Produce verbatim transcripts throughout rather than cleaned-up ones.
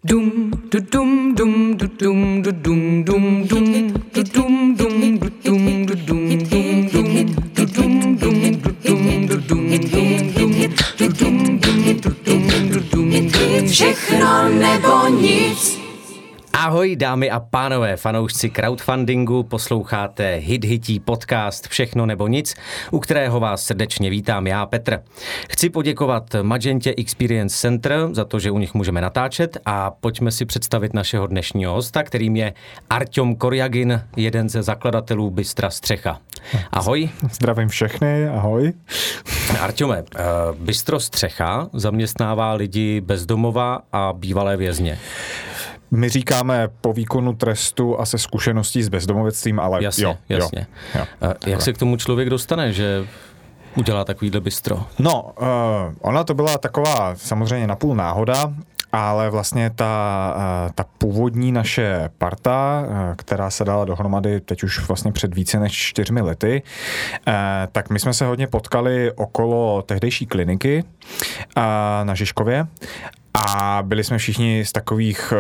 Dum du dum dum du dum du dum dum dum du dum dum du dum du dum dum dum du dum dum du dum du dum dum dum du dum dum du dum du dum dum všechno nebo nic. Ahoj dámy a pánové, fanoušci crowdfundingu, posloucháte Hit Hití podcast Všechno nebo nic, u kterého vás srdečně vítám já, Petr. Chci poděkovat Magentě Experience Center za to, že u nich můžeme natáčet, a pojďme si představit našeho dnešního hosta, kterým je Arťom Korjagin, jeden ze zakladatelů Bystra Střecha. Ahoj. Zdravím všechny, ahoj. Arťome, Bystro Střecha zaměstnává lidi bez domova a bývalé vězně. My říkáme po výkonu trestu a se zkušeností s bezdomovectvím, ale jasně, jo. Jasně. jo, jo Jak se k tomu člověk dostane, že udělá takovýhle bistro? No, uh, ona to byla taková samozřejmě napůl náhoda, ale vlastně ta, uh, ta původní naše parta, uh, která se dala dohromady teď už vlastně před více než čtyřmi lety, uh, tak my jsme se hodně potkali okolo tehdejší kliniky uh, na Žižkově. A byli jsme všichni z takových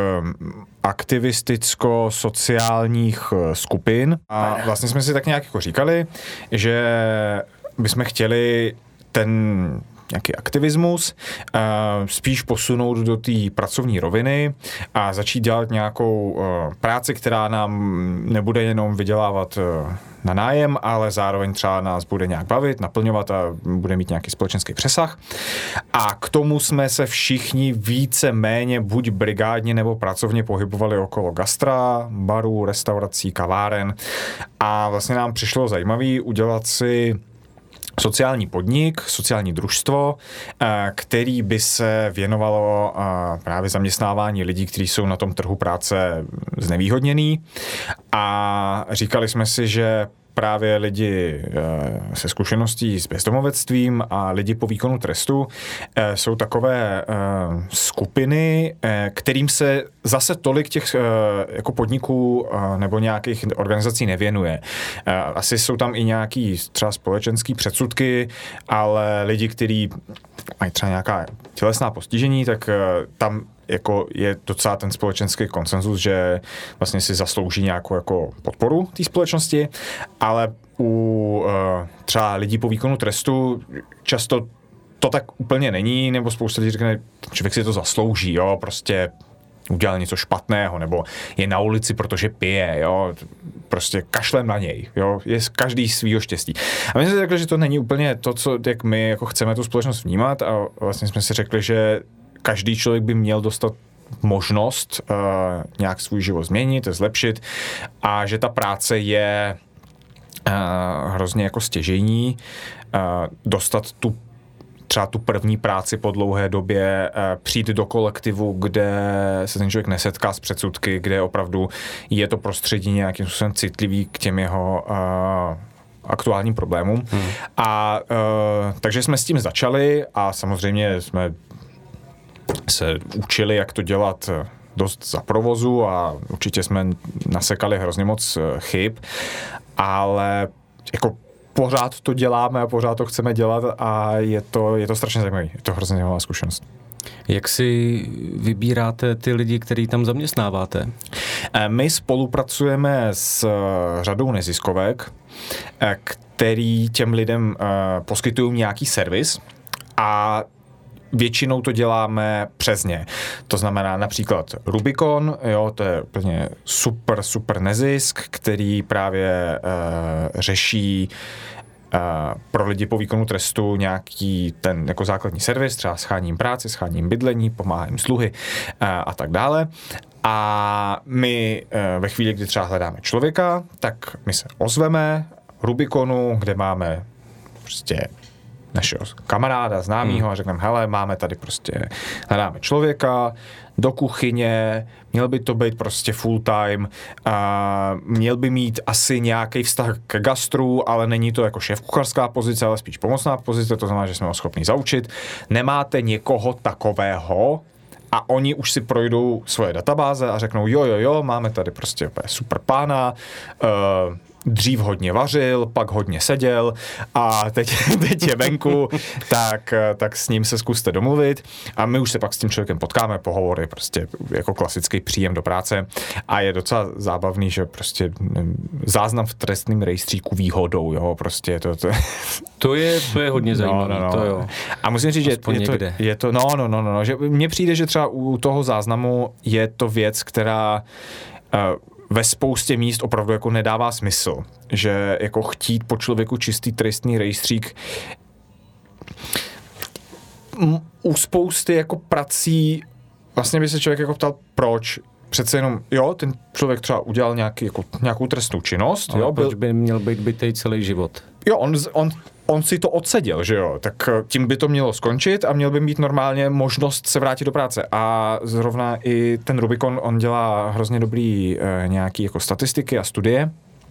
aktivisticko-sociálních skupin a vlastně jsme si tak nějak jako říkali, že bychom chtěli ten nějaký aktivismus uh, spíš posunout do té pracovní roviny a začít dělat nějakou uh, práci, která nám nebude jenom vydělávat uh, na nájem, ale zároveň třeba nás bude nějak bavit, naplňovat a bude mít nějaký společenský přesah. A k tomu jsme se všichni více méně buď brigádně nebo pracovně pohybovali okolo gastra, barů, restaurací, kaváren. A vlastně nám přišlo zajímavý udělat si sociální podnik, sociální družstvo, který by se věnovalo právě zaměstnávání lidí, kteří jsou na tom trhu práce znevýhodněný. A říkali jsme si, že právě lidi se zkušeností s bezdomovectvím a lidi po výkonu trestu jsou takové skupiny, kterým se zase tolik těch jako podniků nebo nějakých organizací nevěnuje. Asi jsou tam i nějaký třeba společenský předsudky, ale lidi, kteří mají třeba nějaká tělesná postižení, tak tam jako je docela ten společenský konsenzus, že vlastně si zaslouží nějakou jako podporu té společnosti, ale u uh, třeba lidí po výkonu trestu často to tak úplně není, nebo spousta lidí řekne, člověk si to zaslouží, jo, prostě udělal něco špatného, nebo je na ulici, protože pije, jo, prostě kašlem na něj, jo, je každý svýho štěstí. A my jsme si řekli, že to není úplně to, co, jak my jako chceme tu společnost vnímat, a vlastně jsme si řekli, že každý člověk by měl dostat možnost uh, nějak svůj život změnit, zlepšit, a že ta práce je uh, hrozně jako stěžejní, uh, dostat tu třeba tu první práci po dlouhé době, uh, přijít do kolektivu, kde se ten člověk nesetká s předsudky, kde opravdu je to prostředí nějakým způsobem citlivý k těm jeho uh, aktuálním problémům. Hmm. A uh, takže jsme s tím začali a samozřejmě jsme se učili, jak to dělat dost za provozu, a určitě jsme nasekali hrozně moc chyb, ale jako pořád to děláme a pořád to chceme dělat a je to, je to strašně zajímavé. Je to hrozně zajímavá zkušenost. Jak si vybíráte ty lidi, který tam zaměstnáváte? My spolupracujeme s řadou neziskovek, který těm lidem poskytují nějaký servis, a většinou to děláme přes ně. To znamená například Rubicon, jo, to je úplně super, super nezisk, který právě uh, řeší uh, pro lidi po výkonu trestu nějaký ten jako základní servis, třeba scháním práci, scháním bydlení, pomáhám sluhy uh, a tak dále. A my uh, ve chvíli, kdy třeba hledáme člověka, tak my se ozveme Rubiconu, kde máme prostě našeho kamaráda, známýho, a řekneme, hele, máme tady prostě, hledáme člověka do kuchyně, měl by to být prostě full time, a měl by mít asi nějaký vztah k gastru, ale není to jako šéfkuchařská pozice, ale spíš pomocná pozice, to znamená, že jsme ho schopni zaučit. Nemáte někoho takového? A oni už si projdou svoje databáze a řeknou, jo, jo, jo, máme tady prostě super pána, uh, dřív hodně vařil, pak hodně seděl a teď, teď je venku, tak, tak s ním se zkuste domluvit a my už se pak s tím člověkem potkáme, pohovory, prostě jako klasický příjem do práce a je docela zábavný, že prostě záznam v trestním rejstříku výhodou, jo, prostě to... To, to, je, to je hodně zajímavé, no, no, no. To jo. A musím říct, že je to, je to, no, no, no, no, že mně přijde, že třeba u toho záznamu je to věc, která uh, ve spoustě míst opravdu jako nedává smysl, že jako chtít po člověku čistý trestný rejstřík u spousty jako prací vlastně by se člověk jako ptal, proč. Přece jenom, jo, ten člověk třeba udělal nějaký, jako, nějakou trestnou činnost. Ale jo, proč byl... by měl být bytej celý život? Jo, on, on, on si to odseděl, že jo, tak tím by to mělo skončit a měl by mít normálně možnost se vrátit do práce. A zrovna i ten Rubikon, on dělá hrozně dobrý e, nějaký jako statistiky a studie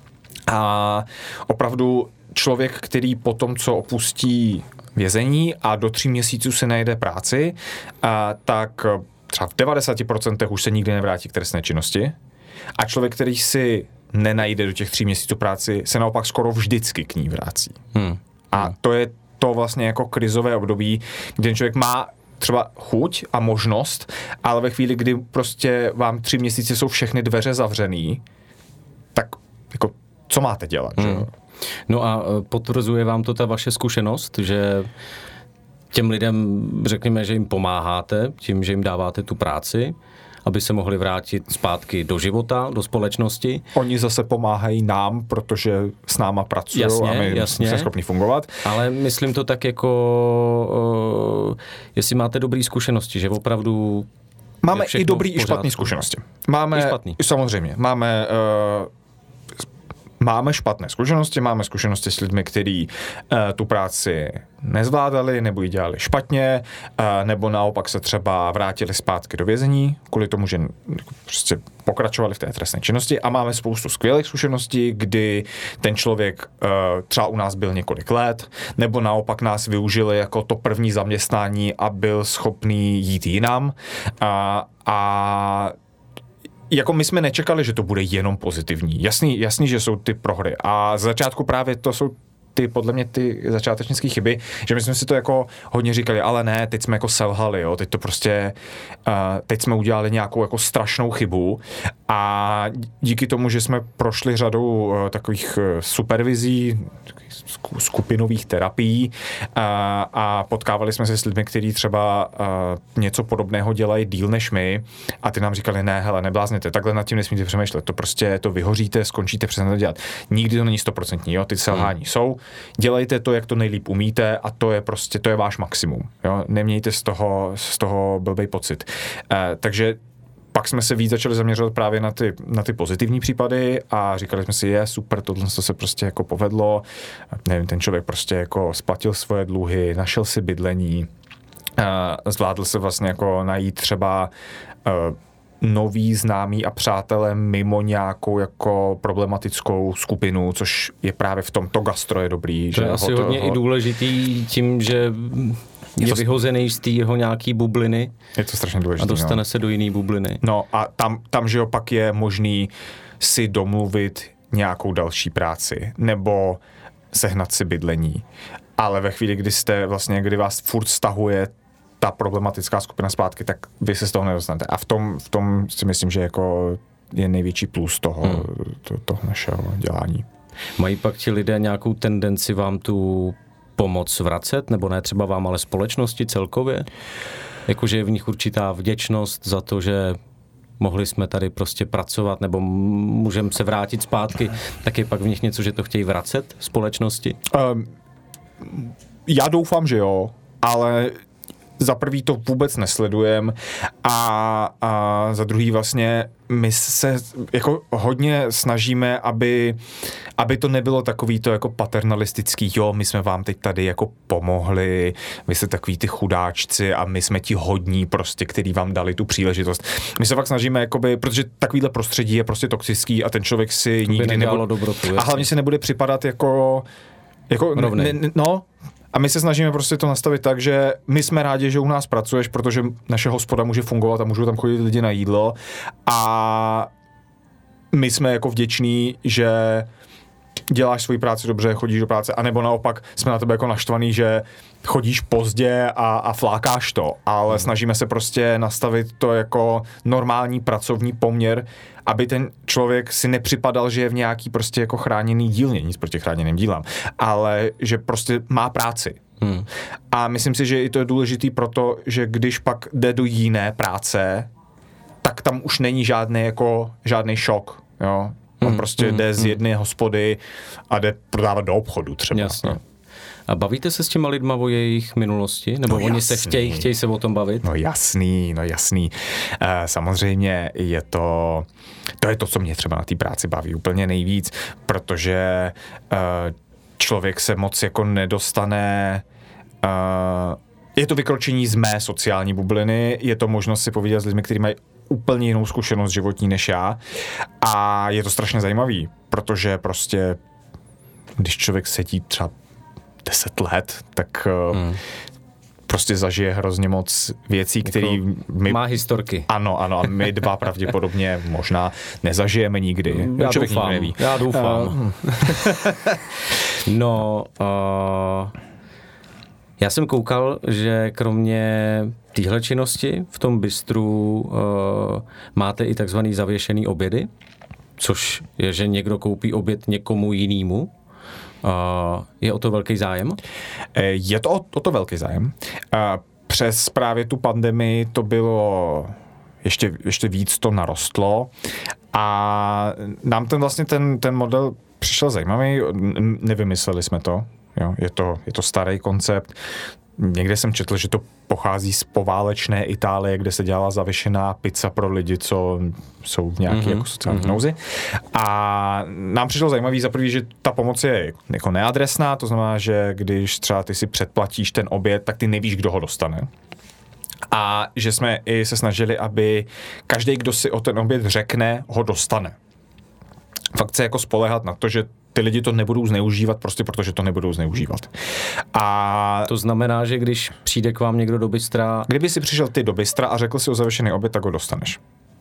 a opravdu člověk, který po tom, co opustí vězení a do tří měsíců si najde práci, a, tak třeba v devadesáti procentech už se nikdy nevrátí k trestné činnosti. A člověk, který si nenajde do těch tří měsíců práci, se naopak skoro vždycky k ní vrací. Hmm. A to je to vlastně jako krizové období, kdy ten člověk má třeba chuť a možnost, ale ve chvíli, kdy prostě vám tři měsíce jsou všechny dveře zavřený, tak jako co máte dělat, hmm. že jo? No a potvrzuje vám to ta vaše zkušenost, že těm lidem, řekněme, že jim pomáháte tím, že jim dáváte tu práci, aby se mohli vrátit zpátky do života, do společnosti. Oni zase pomáhají nám, protože s náma pracují a my jasně. jsme schopni fungovat. Ale myslím to tak jako, uh, jestli máte dobré zkušenosti, že opravdu máme i dobrý i špatný zkušenosti. Máme, I špatný. Samozřejmě, máme... Uh, Máme špatné zkušenosti, máme zkušenosti s lidmi, kteří uh, tu práci nezvládali nebo ji dělali špatně, uh, nebo naopak se třeba vrátili zpátky do vězení kvůli tomu, že prostě pokračovali v té trestné činnosti a máme spoustu skvělých zkušeností, kdy ten člověk uh, třeba u nás byl několik let, nebo naopak nás využili jako to první zaměstnání a byl schopný jít jinam uh, a jako my jsme nečekali, že to bude jenom pozitivní. Jasný, jasný, že jsou ty prohry. A z začátku právě to jsou ty, podle mě, ty začátečnické chyby, že my jsme si to jako hodně říkali, ale ne, teď jsme jako selhali, jo, teď to prostě, uh, teď jsme udělali nějakou jako strašnou chybu a díky tomu, že jsme prošli řadou uh, takových uh, supervizí, skupinových terapií a, a potkávali jsme se s lidmi, kteří třeba uh, něco podobného dělají díl než my a ty nám říkali, ne, hele, neblázněte, takhle nad tím nesmíte přemýšlet, to prostě to vyhoříte, skončíte, přesně to dělat. Nikdy to není stoprocentní, jo, ty selhání hmm. jsou, dělejte to, jak to nejlíp umíte a to je prostě, to je váš maximum, jo, nemějte z toho, z toho blbej pocit. Uh, takže pak jsme se víc začali zaměřovat právě na ty, na ty pozitivní případy a říkali jsme si, je super, tohle se prostě jako povedlo, nevím, ten člověk prostě jako splatil svoje dluhy, našel si bydlení, zvládl se vlastně jako najít třeba nový známý a přátelé mimo nějakou jako problematickou skupinu, což je právě v tomto gastro je dobrý. To že je asi ho, hodně ho, i důležitý tím, že je to vyhozený z té jeho nějaký bubliny. Je to strašně důležité. A dostane no. se do jiný bubliny. No a tam, tam, že opak je možný si domluvit nějakou další práci nebo sehnat si bydlení. Ale ve chvíli, kdy jste vlastně, kdy vás furt stahuje ta problematická skupina zpátky, tak vy se z toho nedostanete. A v tom, v tom si myslím, že jako je největší plus toho, hmm. to, toho našeho dělání. Mají pak ti lidé nějakou tendenci vám tu pomoc vracet, nebo ne třeba vám, ale společnosti celkově? Jakože je v nich určitá vděčnost za to, že mohli jsme tady prostě pracovat, nebo můžeme se vrátit zpátky, tak je pak v nich něco, že to chtějí vracet společnosti? Um, já doufám, že jo, ale za prvý to vůbec nesledujem a, a za druhý vlastně my se jako hodně snažíme, aby, aby to nebylo takový to jako paternalistický, jo, my jsme vám teď tady jako pomohli, vy jste takový ty chudáčci a my jsme ti hodní prostě, který vám dali tu příležitost. My se fakt snažíme, jakoby, protože takovýhle prostředí je prostě toxický a ten člověk si to nikdy nebude, dobrotu, a hlavně si nebude připadat jako, jako ne, ne, no, a my se snažíme prostě to nastavit tak, že my jsme rádi, že u nás pracuješ, protože naše hospoda může fungovat a můžou tam chodit lidi na jídlo a my jsme jako vděční, že děláš svoji práci dobře, chodíš do práce, anebo naopak jsme na tebe jako naštvaný, že chodíš pozdě a, a flákáš to, ale hmm. snažíme se prostě nastavit to jako normální pracovní poměr, aby ten člověk si nepřipadal, že je v nějaký prostě jako chráněný dílně, nic proti chráněným dílám, ale že prostě má práci. Hmm. A myslím si, že i to je důležitý proto, že když pak jde do jiné práce, tak tam už není žádný jako žádný šok, jo. On hmm, prostě hmm, jde z jedné hmm. hospody a jde prodávat do obchodu třeba. Jasně. No. A bavíte se s těma lidma o jejich minulosti? Nebo no oni jasný. se chtějí, chtějí se o tom bavit? No jasný, no jasný. Uh, samozřejmě je to, to je to, co mě třeba na té práci baví úplně nejvíc, protože uh, člověk se moc jako nedostane... Uh, je to vykročení z mé sociální bubliny, je to možnost si povídat s lidmi, kteří mají úplně jinou zkušenost životní než já a je to strašně zajímavý, protože prostě když člověk sedí třeba deset let, tak hmm. prostě zažije hrozně moc věcí, které my... Má historky. Ano, ano, a my dva pravděpodobně možná nezažijeme nikdy. Já člověk doufám, neví. já doufám. Uh, no, uh, já jsem koukal, že kromě téhle činnosti v tom bistru uh, máte i takzvaný zavěšený obědy, což je, že někdo koupí oběd někomu jinému. Uh, je o to velký zájem? Je to o, o to velký zájem. Uh, přes právě tu pandemii to bylo, ještě, ještě víc to narostlo a nám ten vlastně ten, ten model přišel zajímavý, nevymysleli jsme to. Jo, je to, je to starý koncept. Někde jsem četl, že to pochází z poválečné Itálie, kde se dělala zavěšená pizza pro lidi, co jsou v nějaké mm-hmm. jako sociální mm-hmm. nouzi. A nám přišlo zajímavý za prvý, že ta pomoc je jako neadresná, to znamená, že když třeba ty si předplatíš ten oběd, tak ty nevíš, kdo ho dostane. A že jsme i se snažili, aby každý, kdo si o ten oběd řekne, ho dostane. Fakt se jako spoléhat na to, že ty lidi to nebudou zneužívat prostě protože to nebudou zneužívat. A to znamená, že když přijde k vám někdo do bystra... Kdyby si přišel ty do bystra a řekl si o zavěšený oběd, tak ho dostaneš.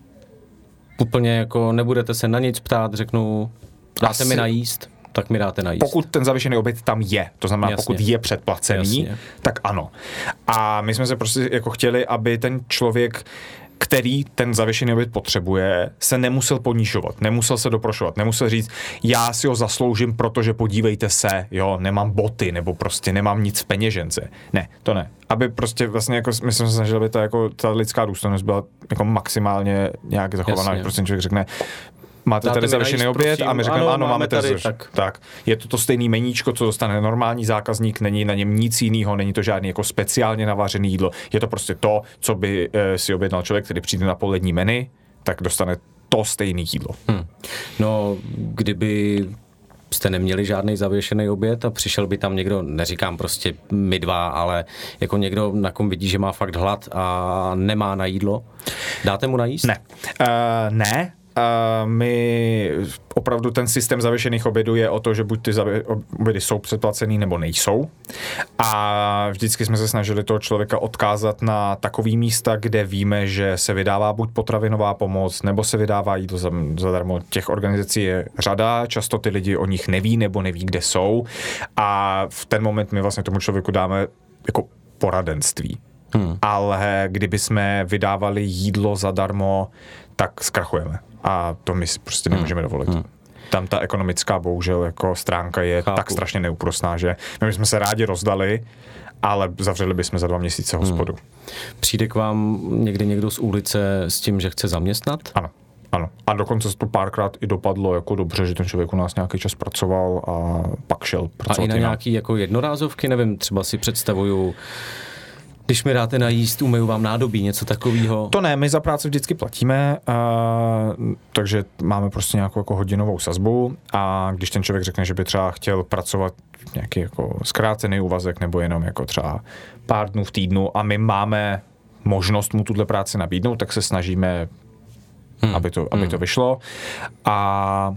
Úplně jako nebudete se na nic ptát, řeknu, dáte Asi... mi najíst, tak mi dáte najíst. Pokud ten zavěšený oběd tam je, to znamená, Jasně. pokud je předplacený, Jasně. tak ano. A my jsme se prostě jako chtěli, aby ten člověk, který ten zavěšený oběd potřebuje, se nemusel ponížovat, nemusel se doprošovat, nemusel říct, já si ho zasloužím, protože podívejte se, jo, nemám boty, nebo prostě nemám nic v peněžence. Ne, to ne. Aby prostě vlastně jako, my jsme se snažili, aby ta, jako, ta lidská důstojnost byla jako maximálně nějak zachovaná, že prostě člověk řekne, máte Dáte tady zavěšený oběd prosím. A my řekneme, ano, ano, máme tady, tak. tak. Je to to stejný meníčko, co dostane normální zákazník, není na něm nic jiného, není to žádný jako speciálně navařený jídlo, je to prostě to, co by e, si objednal člověk, který přijde na polední menu, tak dostane to stejné jídlo. Hmm. No, kdyby jste neměli žádný zavěšený oběd a přišel by tam někdo, neříkám prostě my dva, ale jako někdo, na kom vidí, že má fakt hlad a nemá na jídlo, dáte mu najíst? Ne. Uh, ne. Uh, my opravdu ten systém zavěšených obědů je o to, že buď ty obědy jsou předplacený nebo nejsou. A vždycky jsme se snažili toho člověka odkázat na takový místa, kde víme, že se vydává buď potravinová pomoc, nebo se vydává jídlo zadarmo. Těch organizací je řada, často ty lidi o nich neví nebo neví, kde jsou. A v ten moment my vlastně tomu člověku dáme jako poradenství. Hmm. Ale kdyby jsme vydávali jídlo zadarmo, tak zkrachujeme. A to my si prostě nemůžeme hmm. dovolit. Hmm. Tam ta ekonomická, bohužel, jako stránka je Chápu. tak strašně neúprosná, že my bychom se rádi rozdali, ale zavřeli bychom za dva měsíce hospodu. Hmm. Přijde k vám někdy někdo z ulice s tím, že chce zaměstnat? Ano. Ano. A dokonce se to párkrát i dopadlo jako dobře, že ten člověk u nás nějaký čas pracoval a pak šel pracovat. A i na jinak. Nějaký jako jednorázovky, nevím, třeba si představuju, když mi dáte najíst, umyju vám nádobí, něco takového? To ne, my za práci vždycky platíme, uh, takže máme prostě nějakou jako hodinovou sazbu a když ten člověk řekne, že by třeba chtěl pracovat nějaký jako zkrácený úvazek nebo jenom jako třeba pár dnů v týdnu a my máme možnost mu tuhle práci nabídnout, tak se snažíme, hmm. aby, to, aby hmm. to vyšlo. A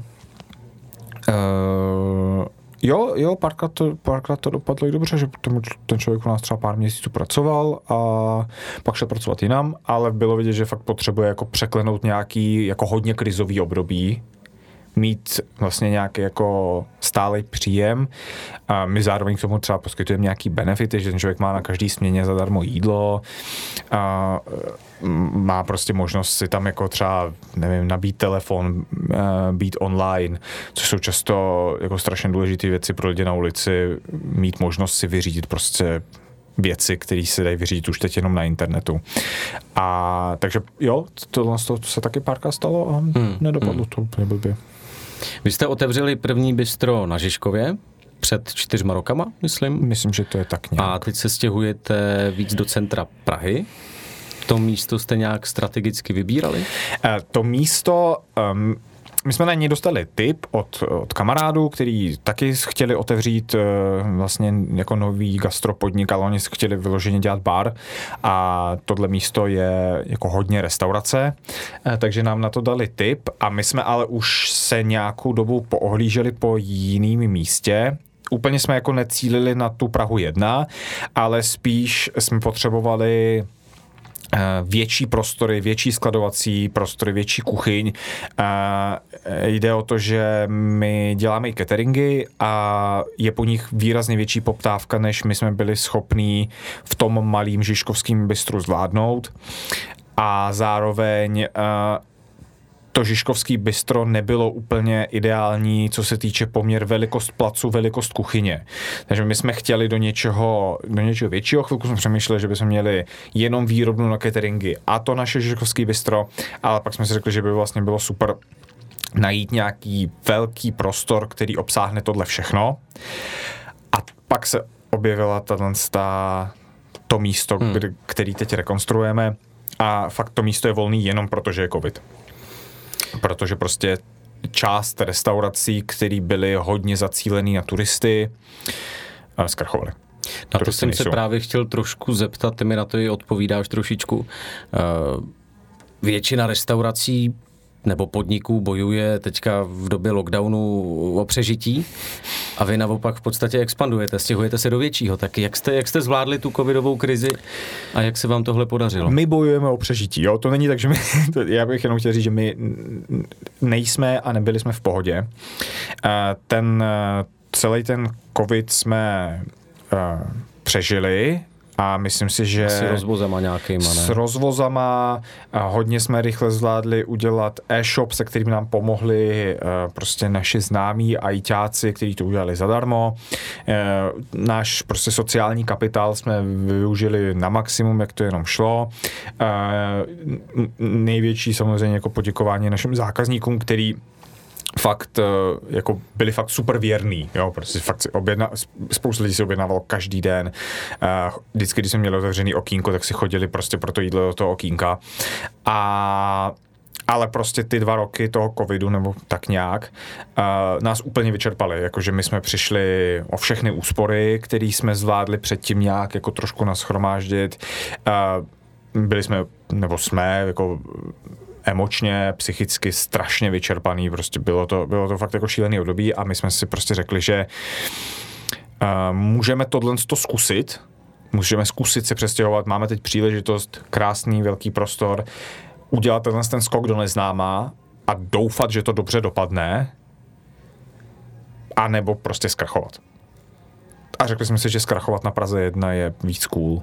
uh, Jo, jo, párkrát to, párkrát to dopadlo i dobře, že ten člověk u nás třeba pár měsíců pracoval a pak šel pracovat jinam, ale bylo vidět, že fakt potřebuje jako překlenout nějaký jako hodně krizový období, mít vlastně nějaký jako stálý příjem. A my zároveň k tomu třeba poskytujeme nějaký benefity, že ten člověk má na každý směně zadarmo jídlo, a má prostě možnost si tam jako třeba, nevím, nabít telefon, být online, což jsou často jako strašně důležité věci pro lidi na ulici, mít možnost si vyřídit prostě věci, které se dají vyřídit už teď jenom na internetu. A takže jo, tohle to, to se taky párkrát stalo a hmm. nedopadlo hmm. to úplně blbě. Vy jste otevřeli první bistro na Žižkově před čtyřma rokama, myslím. Myslím, že to je tak nějak. A teď se stěhujete víc do centra Prahy. To místo jste nějak strategicky vybírali? E, to místo... Um, My jsme na něj dostali tip od, od kamarádů, který taky chtěli otevřít vlastně jako nový gastropodnik, ale oni chtěli vyloženě dělat bar a tohle místo je jako hodně restaurace, takže nám na to dali tip a my jsme ale už se nějakou dobu poohlíželi po jiným místě. Úplně jsme jako necílili na tu Prahu jedna, ale spíš jsme potřebovali větší prostory, větší skladovací prostory, větší kuchyň. Jde o to, že my děláme i cateringy a je po nich výrazně větší poptávka, než my jsme byli schopní v tom malým žižkovským bistru zvládnout. A zároveň to žižkovský bistro nebylo úplně ideální, co se týče poměr velikost placu, velikost kuchyně. Takže my jsme chtěli do něčeho, do něčeho většího. Chvilku jsme přemýšleli, že bychom měli jenom výrobnu na cateringy a to naše žižkovský bistro, ale pak jsme si řekli, že by vlastně bylo super najít nějaký velký prostor, který obsáhne tohle všechno. A pak se objevila tato, to místo, hmm. který teď rekonstruujeme a fakt to místo je volný jenom proto, že je covid. Protože prostě část restaurací, které byly hodně zacílený na turisty, zkrachovaly. Na to jsem se právě chtěl trošku zeptat, ty mi na to i odpovídáš trošičku. Většina restaurací nebo podniků bojuje teďka v době lockdownu o přežití a vy naopak v podstatě expandujete, stěhujete se do většího. Tak jak jste, jak jste zvládli tu covidovou krizi a jak se vám tohle podařilo? My bojujeme o přežití, jo? To není tak, že my, já bych jenom chtěl říct, že my nejsme a nebyli jsme v pohodě. Ten, celý ten covid jsme přežili, a myslím si, že s rozvozama nějakýma, ne? S rozvozama hodně jsme rychle zvládli udělat e-shop, se kterým nám pomohli prostě naši známí ajťáci, kteří to udělali zadarmo. Náš prostě sociální kapitál jsme využili na maximum, jak to jenom šlo. Největší samozřejmě jako poděkování našim zákazníkům, který fakt, jako byli fakt super věrný, jo, prostě fakt si objedna, spousta lidí si objednávalo každý den, vždycky, když jsme měli otevřený okýnko, tak si chodili prostě pro to jídlo do toho okýnka a ale prostě ty dva roky toho covidu, nebo tak nějak, nás úplně vyčerpali, jakože my jsme přišli o všechny úspory, které jsme zvládli předtím nějak jako trošku nashromáždit, byli jsme, nebo jsme, jako emočně, psychicky strašně vyčerpaný, prostě bylo to, bylo to fakt jako šílený období a my jsme si prostě řekli, že uh, můžeme tohle to zkusit, můžeme zkusit se přestěhovat, máme teď příležitost, krásný velký prostor, udělat tenhle ten skok do neznáma a doufat, že to dobře dopadne, anebo prostě zkrachovat. A řekli jsme si, že zkrachovat na Praze jedna je víc cool.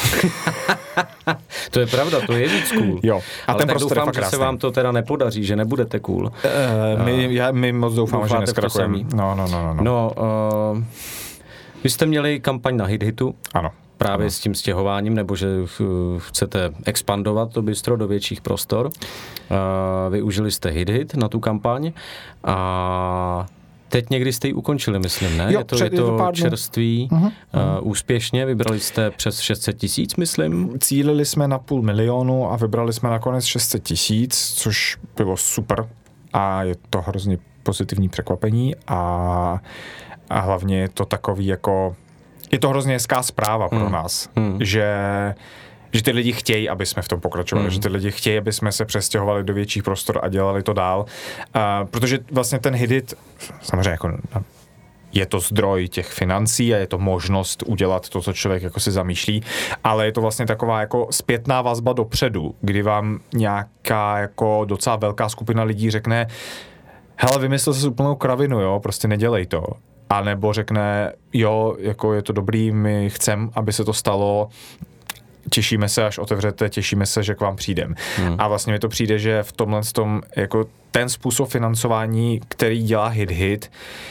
To je pravda, to je víc cool. Jo. A ale ten tak prostor doufám, je fakt že krásný. se vám to teda nepodaří, že nebudete cool. Uh, my, já, my moc doufáme, že neskrachujeme. No, no, no, no. No, no uh, vy jste měli kampaň na HitHitu. Ano. Právě ano. s tím stěhováním, nebo že chcete expandovat to bistro do větších prostor. Uh, využili jste HitHit na tu kampaň a teď někdy jste ji ukončili, myslím, ne? Jo, je to, před, je to, je to čerství, uh-huh. uh, úspěšně, vybrali jste přes šest set tisíc, myslím. Cílili jsme na půl milionu a vybrali jsme nakonec šest set tisíc, což bylo super a je to hrozně pozitivní překvapení a, a hlavně je to takový jako, je to hrozně hezká zpráva pro hmm. nás, hmm. že že ty lidi chtějí, aby jsme v tom pokračovali, mm. že ty lidi chtějí, aby jsme se přestěhovali do větších prostor a dělali to dál. Uh, protože vlastně ten HitHit, samozřejmě jako je to zdroj těch financí a je to možnost udělat to, co člověk jako si zamýšlí, ale je to vlastně taková jako zpětná vazba dopředu, kdy vám nějaká jako docela velká skupina lidí řekne, hele, vymyslel jsi úplnou kravinu, jo, prostě nedělej to. A nebo řekne, jo, jako je to dobrý, my chceme, aby se to stalo, těšíme se, až otevřete, těšíme se, že k vám přijdem. Hmm. A vlastně mi to přijde, že v tomhle tom, jako ten způsob financování, který dělá Hit Hit,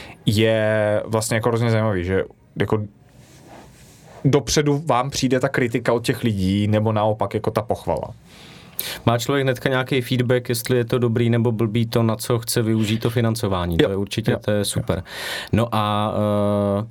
je vlastně jako hrozně zajímavý, že jako dopředu vám přijde ta kritika od těch lidí, nebo naopak jako ta pochvala. Má člověk hnedka nějaký feedback, jestli je to dobrý nebo blbý to, na co chce využít to financování. Jo. To je určitě, jo. To je super. Jo. No a uh,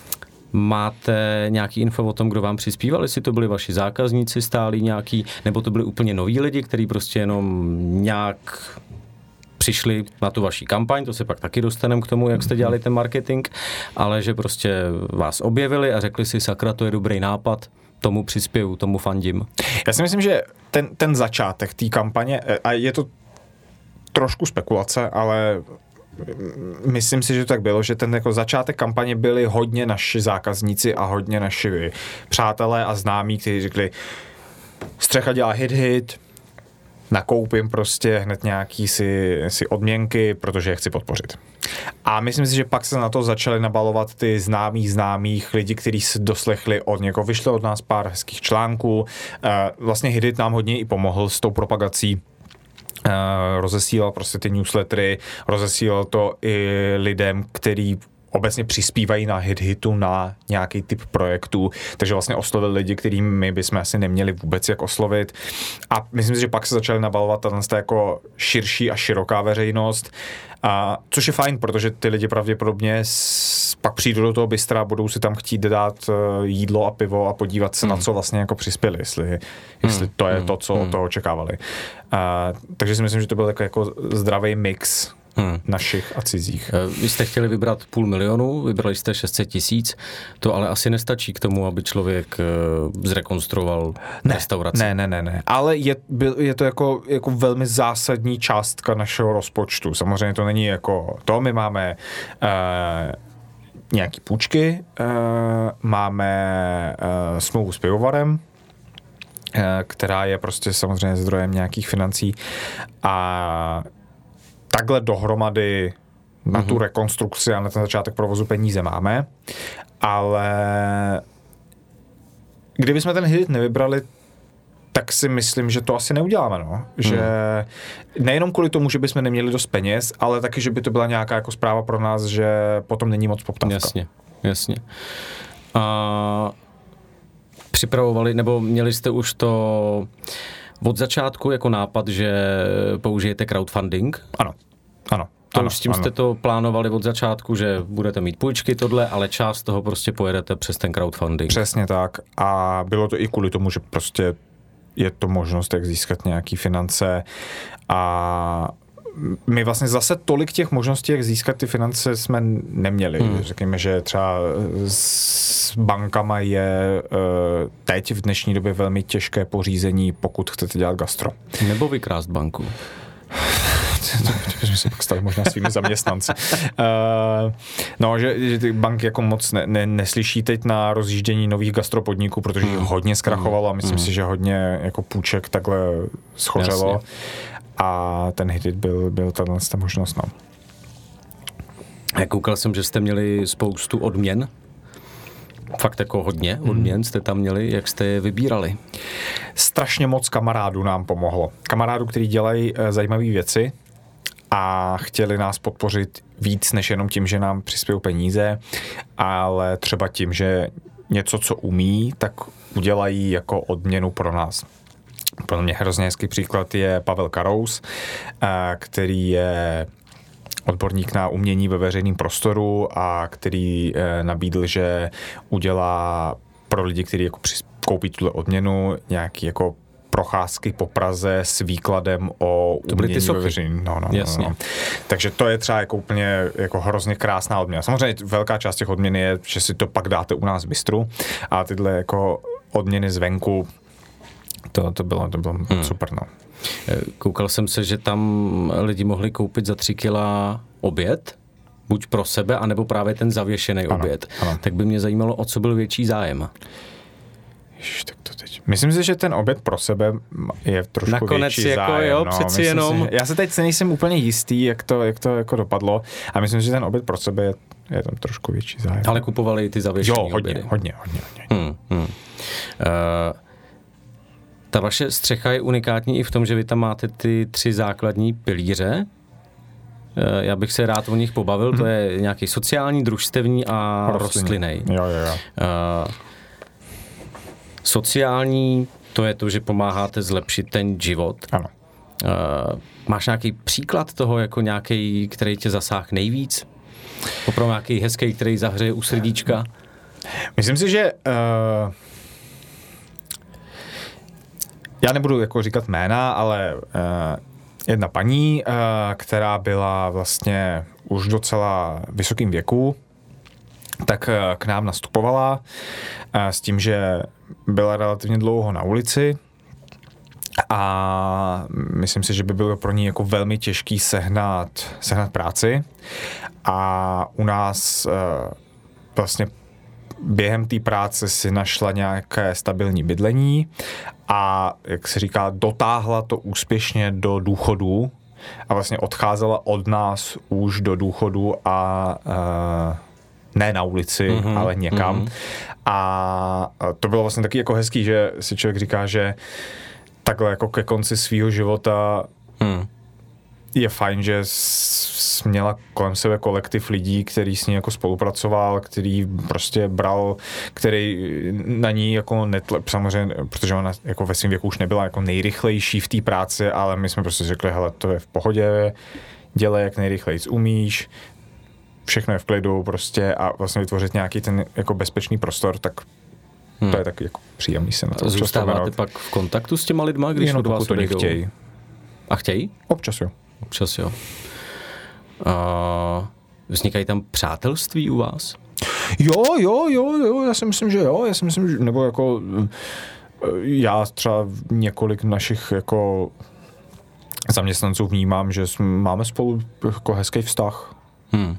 máte nějaký info o tom, kdo vám přispíval, jestli to byli vaši zákazníci stálí nějaký, nebo to byli úplně noví lidi, kteří prostě jenom nějak přišli na tu vaši kampaň, to se pak taky dostaneme k tomu, jak jste dělali ten marketing, ale že prostě vás objevili a řekli si, sakra, to je dobrý nápad, tomu přispěju, tomu fandím. Já si myslím, že ten, ten začátek té kampaně, a je to trošku spekulace, ale myslím si, že to tak bylo, že ten jako začátek kampaně byli hodně naši zákazníci a hodně naši přátelé a známí, kteří řekli, Střecha dělá Hit Hit, nakoupím prostě hned nějaký si, si odměnky, protože je chci podpořit. A myslím si, že pak se na to začaly nabalovat ty známých známých lidi, kteří se doslechli od někoho. Vyšlo od nás pár hezkých článků. Vlastně Hit Hit nám hodně i pomohl s tou propagací. Rozesílal prostě ty newslettery, rozesílal to i lidem, který obecně přispívají na Hit Hitu na nějaký typ projektů, takže vlastně oslovil lidi, kterým my bychom asi neměli vůbec jak oslovit. A myslím si, že pak se začaly nabalovat tato jako širší a široká veřejnost, a což je fajn, protože ty lidi pravděpodobně s, pak přijdou do toho bystra a budou si tam chtít dát jídlo a pivo a podívat se, hmm. na co vlastně jako přispěli, jestli, jestli to je to, co hmm. od toho očekávali. A, takže si myslím, že to byl takový jako zdravý mix Hmm. našich a cizích. Vy jste chtěli vybrat půl milionu, vybrali jste šest set tisíc, to ale asi nestačí k tomu, aby člověk zrekonstruoval ne, restauraci. Ne, ne, ne, ne. Ale je, je to jako, jako velmi zásadní částka našeho rozpočtu. Samozřejmě to není jako to, my máme uh, nějaký půjčky, uh, máme uh, smlouvu s pivovarem, uh, která je prostě samozřejmě zdrojem nějakých financí a takhle dohromady na tu rekonstrukci a na ten začátek provozu peníze máme, ale kdybychom ten hit nevybrali, tak si myslím, že to asi neuděláme, no. Že nejenom kvůli tomu, že bychom neměli dost peněz, ale taky, že by to byla nějaká jako zpráva pro nás, že potom není moc poptávka. Jasně, jasně. A připravovali, nebo měli jste už to od začátku jako nápad, že použijete crowdfunding? Ano, ano. To ano, už s tím ano. jste to plánovali od začátku, že budete mít půjčky tohle, ale část toho prostě pojedete přes ten crowdfunding. Přesně tak. A bylo to i kvůli tomu, že prostě je to možnost, jak získat nějaký finance a my vlastně zase tolik těch možností, jak získat ty finance, jsme neměli. Hmm. Řekněme, že třeba s bankama je teď v dnešní době velmi těžké pořízení, pokud chcete dělat gastro. Nebo vykrást banku. To jsme se pak stali možná svými zaměstnanci. Uh, no, že, že ty banky jako moc ne, ne, neslyší teď na rozjíždění nových gastropodniků, protože jich hodně zkrachovalo a myslím mm. si, že hodně jako půjček takhle schořelo. Jasně. A ten hit byl, byl tato možnost. No. Koukal jsem, že jste měli spoustu odměn. Fakt jako hodně odměn jste tam měli. Jak jste je vybírali? Strašně moc kamarádů nám pomohlo. Kamarádů, kteří dělají e, zajímavé věci a chtěli nás podpořit víc, než jenom tím, že nám přispějí peníze, ale třeba tím, že něco, co umí, tak udělají jako odměnu pro nás. Pro mě hrozně hezký příklad je Pavel Karous, e, který je odborník na umění ve veřejném prostoru a který e, nabídl, že udělá pro lidi, kteří jako koupí tuhle odměnu, nějaký jako procházky po Praze s výkladem o to byly umění ty ve veřejném. No, no, Jasně. no, no. Takže to je třeba jako úplně jako hrozně krásná odměna. Samozřejmě velká část těch odměn je, že si to pak dáte u nás v bistru a tyhle jako odměny zvenku, to, to bylo, to bylo hmm. super, no. Koukal jsem se, že tam lidi mohli koupit za tři kila oběd, buď pro sebe, anebo právě ten zavěšený ano, oběd. Ano. Tak by mě zajímalo, o co byl větší zájem. Ježiš, tak to teď Myslím si, že ten oběd pro sebe je trošku nakonec větší jako zájem. jo, no, přeci jenom. Si, já se teď nejsem úplně jistý, jak to, jak to jako dopadlo a myslím si, že ten oběd pro sebe je, je tam trošku větší zájem. Ale kupovali ty zavěšený Jo, hodně, obědy. hodně, hodně. hodně. Hmm, hmm. Uh, ta vaše střecha je unikátní i v tom, že vy tam máte ty tři základní pilíře. Uh, já bych se rád o nich pobavil. Hmm. To je nějaký sociální, družstevní a rostlinný. Jo, jo, jo. Uh, sociální, to je to, že pomáháte zlepšit ten život. Ano. Uh, máš nějaký příklad toho, jako nějaký, který tě zasáhl nejvíc? Opravdu nějaký hezký, který zahřeje u srdíčka? Myslím si, že uh, já nebudu jako říkat jména, ale uh, jedna paní, uh, která byla vlastně už docela vysokým věku, tak uh, k nám nastupovala uh, s tím, že byla relativně dlouho na ulici a myslím si, že by bylo pro ní jako velmi těžký sehnat, sehnat práci a u nás uh, vlastně během té práce si našla nějaké stabilní bydlení a, jak se říká, dotáhla to úspěšně do důchodu a vlastně odcházela od nás už do důchodu a uh, ne na ulici, mm-hmm, ale někam. Mm-hmm. A to bylo vlastně taky jako hezký, že si člověk říká, že takhle jako ke konci svýho života mm. je fajn, že jsi měla kolem sebe kolektiv lidí, který s ní jako spolupracoval, který prostě bral, který na ní jako netlep, samozřejmě, protože ona jako ve svém věku už nebyla jako nejrychlejší v té práci, ale my jsme prostě řekli, hele, to je v pohodě, dělej jak nejrychleji umíš, všechno je v klidu prostě a vlastně vytvořit nějaký ten jako bezpečný prostor, tak hmm. to je taky jako příjemný se na to. Zůstáváte pak v kontaktu s těma lidma, když jenom od vás to odejdou? Chtějí. A chtějí? Občas jo. Občas jo. A vznikají tam přátelství u vás? Jo, jo, jo, jo, já si myslím, že jo, já si myslím, že, nebo jako já třeba několik našich jako zaměstnanců vnímám, že máme spolu jako hezký vztah. Hmm.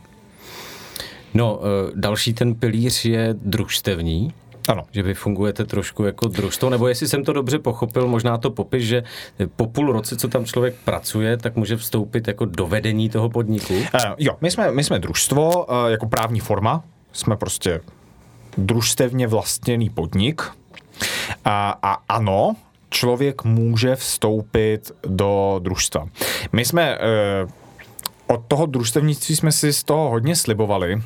No, další ten pilíř je družstevní. Ano. Že vy fungujete trošku jako družstvo, nebo jestli jsem to dobře pochopil, možná to popiš, že po půl roce, co tam člověk pracuje, tak může vstoupit jako do vedení toho podniku? Uh, jo, my jsme, my jsme družstvo, uh, jako právní forma, jsme prostě družstevně vlastněný podnik a, a ano, člověk může vstoupit do družstva. My jsme uh, od toho družstevnictví jsme si z toho hodně slibovali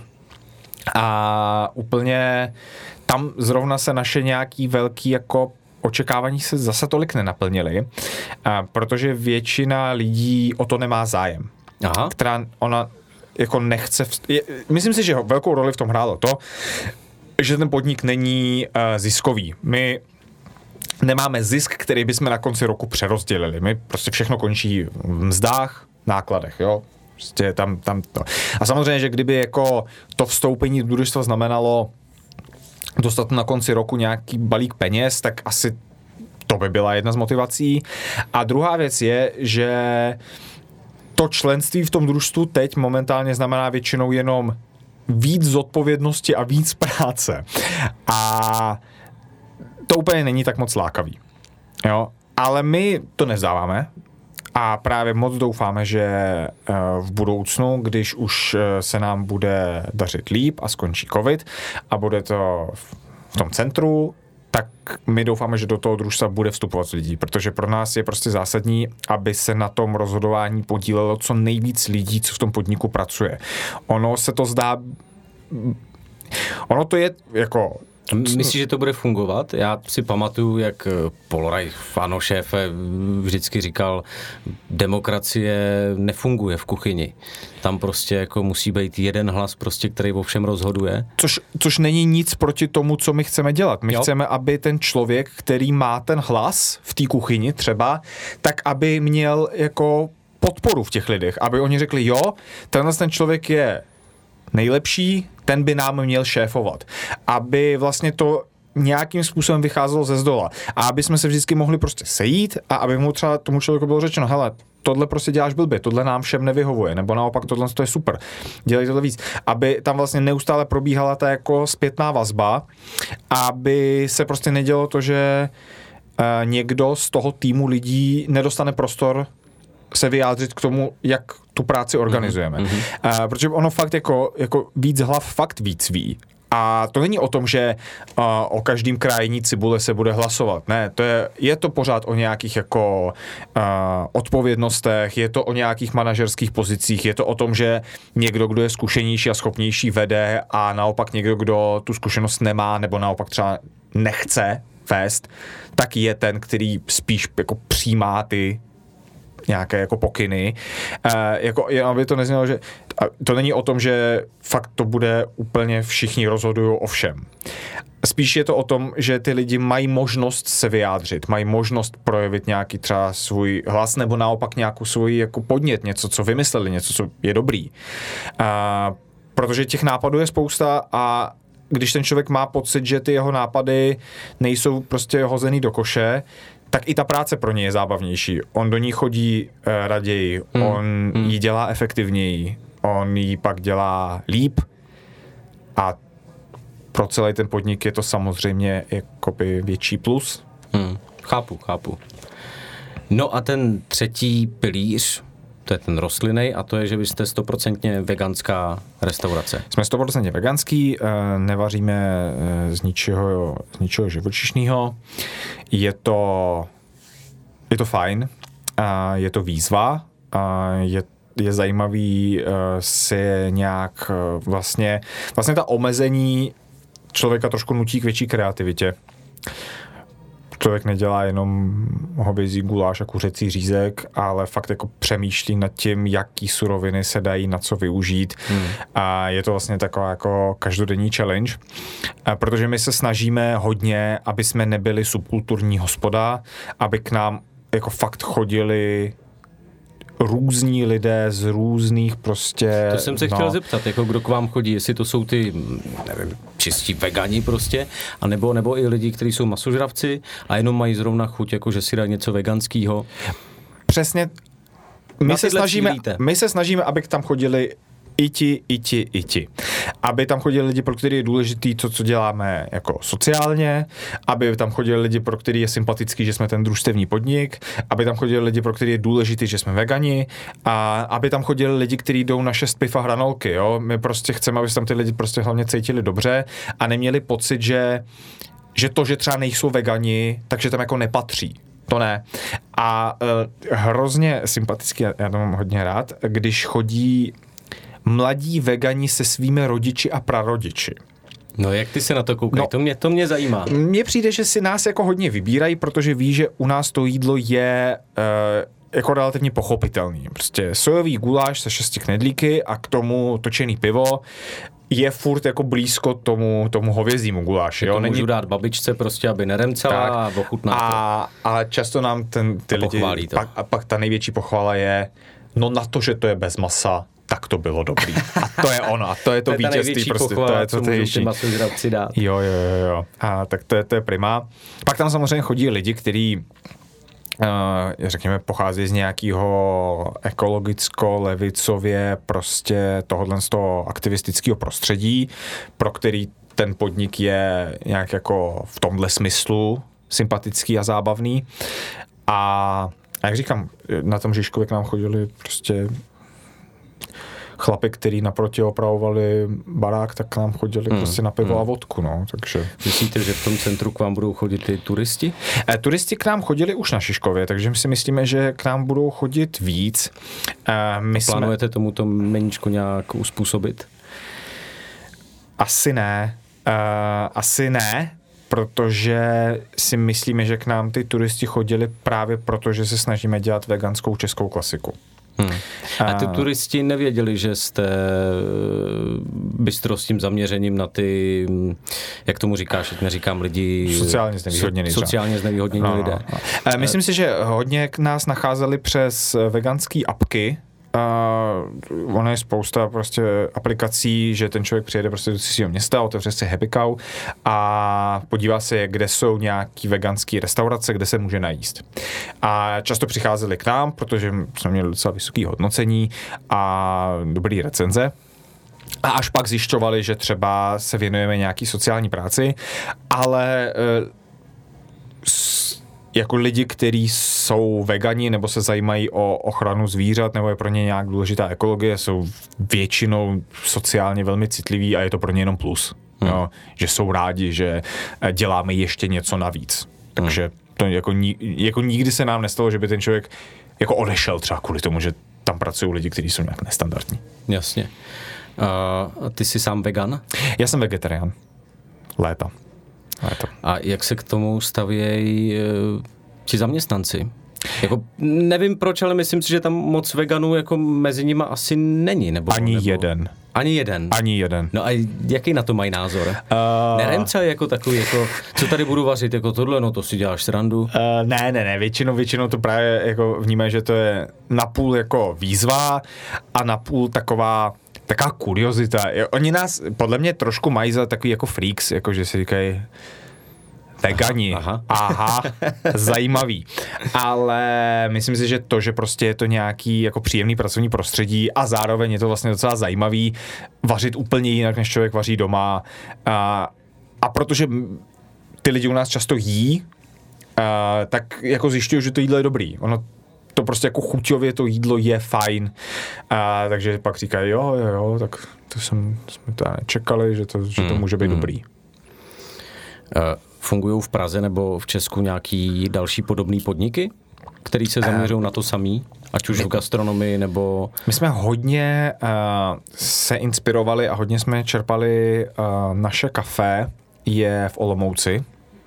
a úplně tam zrovna se naše nějaký velký jako očekávání se zase tolik nenaplnily, a protože většina lidí o to nemá zájem. Aha. Která ona jako nechce... Vst- je, myslím si, že velkou roli v tom hrálo to, že ten podnik není uh, ziskový. My nemáme zisk, který bychom na konci roku přerozdělili. My prostě všechno končí v mzdách, nákladech, jo. Prostě tam, tam to. A samozřejmě, že kdyby jako to vstoupení do družstva znamenalo dostat na konci roku nějaký balík peněz, tak asi to by byla jedna z motivací. A druhá věc je, že to členství v tom družstvu teď momentálně znamená většinou jenom víc zodpovědnosti a víc práce. A to úplně není tak moc lákavý. Jo? Ale my to nevzdáváme. A právě moc doufáme, že v budoucnu, když už se nám bude dařit líp a skončí covid a bude to v tom centru, tak my doufáme, že do toho družstva bude vstupovat lidí, protože pro nás je prostě zásadní, aby se na tom rozhodování podílelo co nejvíc lidí, co v tom podniku pracuje. Ono se to zdá... Ono to je jako... Myslíš, že to bude fungovat? Já si pamatuju, jak Poloraj, ano, šéfe, vždycky říkal, demokracie nefunguje v kuchyni. Tam prostě jako musí být jeden hlas, prostě, který o všem rozhoduje. Což, což není nic proti tomu, co my chceme dělat. My jo. chceme, aby ten člověk, který má ten hlas v té kuchyni třeba, tak aby měl jako podporu v těch lidech. Aby oni řekli, jo, tenhle ten člověk je nejlepší, ten by nám měl šéfovat. Aby vlastně to nějakým způsobem vycházelo ze zdola. A aby jsme se vždycky mohli prostě sejít a aby mu třeba tomu člověku bylo řečeno, hele, tohle prostě děláš blbě, tohle nám všem nevyhovuje, nebo naopak tohle to je super, dělej tohle víc. Aby tam vlastně neustále probíhala ta jako zpětná vazba, aby se prostě nedělo to, že někdo z toho týmu lidí nedostane prostor se vyjádřit k tomu, jak tu práci organizujeme. Mm-hmm. Uh, protože ono fakt jako, jako víc hlav fakt víc ví. A to není o tom, že uh, o každým krájení cibule se bude hlasovat. Ne, to je, je to pořád o nějakých jako uh, odpovědnostech, je to o nějakých manažerských pozicích, je to o tom, že někdo, kdo je zkušenější a schopnější, vede a naopak někdo, kdo tu zkušenost nemá nebo naopak třeba nechce vést, tak je ten, který spíš jako přijímá ty nějaké jako pokyny. E, jako, aby to neznělo, že to není o tom, že fakt to bude úplně všichni rozhodují o všem. Spíš je to o tom, že ty lidi mají možnost se vyjádřit, mají možnost projevit nějaký třeba svůj hlas nebo naopak nějakou svůj jako podnět, něco, co vymysleli, něco, co je dobrý. E, protože těch nápadů je spousta a když ten člověk má pocit, že ty jeho nápady nejsou prostě hozený do koše, tak i ta práce pro něj je zábavnější. On do ní chodí uh, raději, hmm. on hmm. ji dělá efektivněji, on ji pak dělá líp a pro celý ten podnik je to samozřejmě jakoby větší plus. Hmm. Chápu, chápu. No a ten třetí pilíř, to je ten rostlinný a to je, že vy jste stoprocentně veganská restaurace. Jsme stoprocentně veganský, nevaříme z ničeho, z ničeho živočišného. Je to, je to fajn, je to výzva, je, je zajímavý si nějak vlastně, vlastně ta omezení člověka trošku nutí k větší kreativitě. Člověk nedělá jenom hovězí guláš a kuřecí řízek, ale fakt jako přemýšlí nad tím, jaký suroviny se dají na co využít. Hmm. A je to vlastně taková jako každodenní challenge, a protože my se snažíme hodně, aby jsme nebyli subkulturní hospoda, aby k nám jako fakt chodili různí lidé z různých prostě... To jsem se no. chtěl zeptat, jako kdo k vám chodí, jestli to jsou ty, nevím, čistí vegani prostě, anebo nebo i lidi, kteří jsou masožravci a jenom mají zrovna chuť, jako že si dají něco veganského. Přesně. My se, snažíme, my se snažíme, aby tam chodili i ti, i ti, i ti. Aby tam chodili lidi, pro který je důležitý to, co děláme jako sociálně, aby tam chodili lidi, pro který je sympatický, že jsme ten družstevní podnik, aby tam chodili lidi, pro který je důležitý, že jsme vegani, a aby tam chodili lidi, kteří jdou na šest piv a hranolky, jo. My prostě chceme, aby se tam ty lidi prostě hlavně cítili dobře a neměli pocit, že, že to, že třeba nejsou vegani, takže tam jako nepatří. To ne. A uh, hrozně sympaticky, já to mám hodně rád, když chodí mladí vegani se svými rodiči a prarodiči. No jak ty se na to koukají? No, to, mě, to mě zajímá. Mně přijde, že si nás jako hodně vybírají, protože ví, že u nás to jídlo je uh, jako relativně pochopitelný. Prostě sojový guláš se šesti knedlíky a k tomu točený pivo je furt jako blízko tomu, tomu hovězímu guláši. Jo? To Není... můžu dát babičce prostě, aby neremcela a ochutná to. A, a často nám ten, ty a lidi... To. Pak, a pak ta největší pochvala je, no na to, že to je bez masa, tak to bylo dobrý. A to je ono, a to je to, to vítězství. Prostě, pochvala, to je to největší. Masožravci dát. Jo, jo, jo, jo. A tak to je, to je prima. Pak tam samozřejmě chodí lidi, kteří Uh, řekněme, pochází z nějakého ekologicko-levicově prostě tohohle z toho aktivistického prostředí, pro který ten podnik je nějak jako v tomhle smyslu sympatický a zábavný. A, a jak říkám, na tom Žižkově k nám chodili prostě chlapi, který naproti opravovali barák, tak k nám chodili hmm. prostě na pivo hmm. a vodku, no, takže... Myslíte, že v tom centru k vám budou chodit i turisti? E, turisti k nám chodili už na Šiškově, takže my si myslíme, že k nám budou chodit víc. E, my plánujete jsme... tomuto meníčko nějak uspůsobit? Asi ne. E, asi ne, protože si myslíme, že k nám ty turisti chodili právě proto, že se snažíme dělat veganskou českou klasiku. Hmm. A ty turisti nevěděli, že jste bistro s tím zaměřením na ty, jak tomu říkáš, ať neříkám lidi... Sociálně znevýhodnění. So, sociálně znevýhodnění no, lidé. No, no. Myslím si, že hodně k nás nacházeli přes veganský apky. Uh, ono je spousta prostě aplikací, že ten člověk přijede prostě do svého města, otevře si Happy Cow a podívá se, kde jsou nějaký veganský restaurace, kde se může najíst. A často přicházeli k nám, protože jsme měli docela vysoké hodnocení a dobrý recenze. A až pak zjišťovali, že třeba se věnujeme nějaký sociální práci, ale uh, jako lidi, kteří jsou vegani nebo se zajímají o ochranu zvířat nebo je pro ně nějak důležitá ekologie, jsou většinou sociálně velmi citliví a je to pro ně jenom plus. Hmm. Jo, že jsou rádi, že děláme ještě něco navíc. Takže to jako, jako nikdy se nám nestalo, že by ten člověk jako odešel třeba kvůli tomu, že tam pracují lidi, kteří jsou nějak nestandardní. Jasně. Uh, ty jsi sám vegan? Já jsem vegetarián. Léta. Léta. A jak se k tomu stavějí uh, ti zaměstnanci? Jako, nevím proč, ale myslím si, že tam moc veganů jako mezi nimi asi není. Nebo, Ani nebo... jeden. Ani jeden? Ani jeden. No a jaký na to mají názor? Uh... Nerem třeba jako takový, jako, co tady budu vařit, jako tohle, no to si děláš srandu? Uh, ne, ne, ne, většinou, většinou to právě jako vnímají, že to je napůl jako výzva a napůl taková taková kuriozita. Oni nás podle mě trošku mají za takový jako freaks, jako že si říkají vegani, aha, aha. aha, zajímavý. Ale myslím si, že to, že prostě je to nějaký jako příjemný pracovní prostředí a zároveň je to vlastně docela zajímavý vařit úplně jinak, než člověk vaří doma. A, a protože ty lidi u nás často jí, a, tak jako zjišťují, že to jídlo je dobrý. Ono to prostě jako chuťově to jídlo je fajn. A, takže pak říkají, jo, jo, jo, tak to jsem, jsme to nečekali, že to, že to může být mm. dobrý. Uh. Fungují v Praze nebo v Česku nějaký další podobný podniky, který se zaměřují na to samý, ať už v gastronomii nebo... My jsme hodně uh, se inspirovali a hodně jsme čerpali uh, naše kafe je v Olomouci.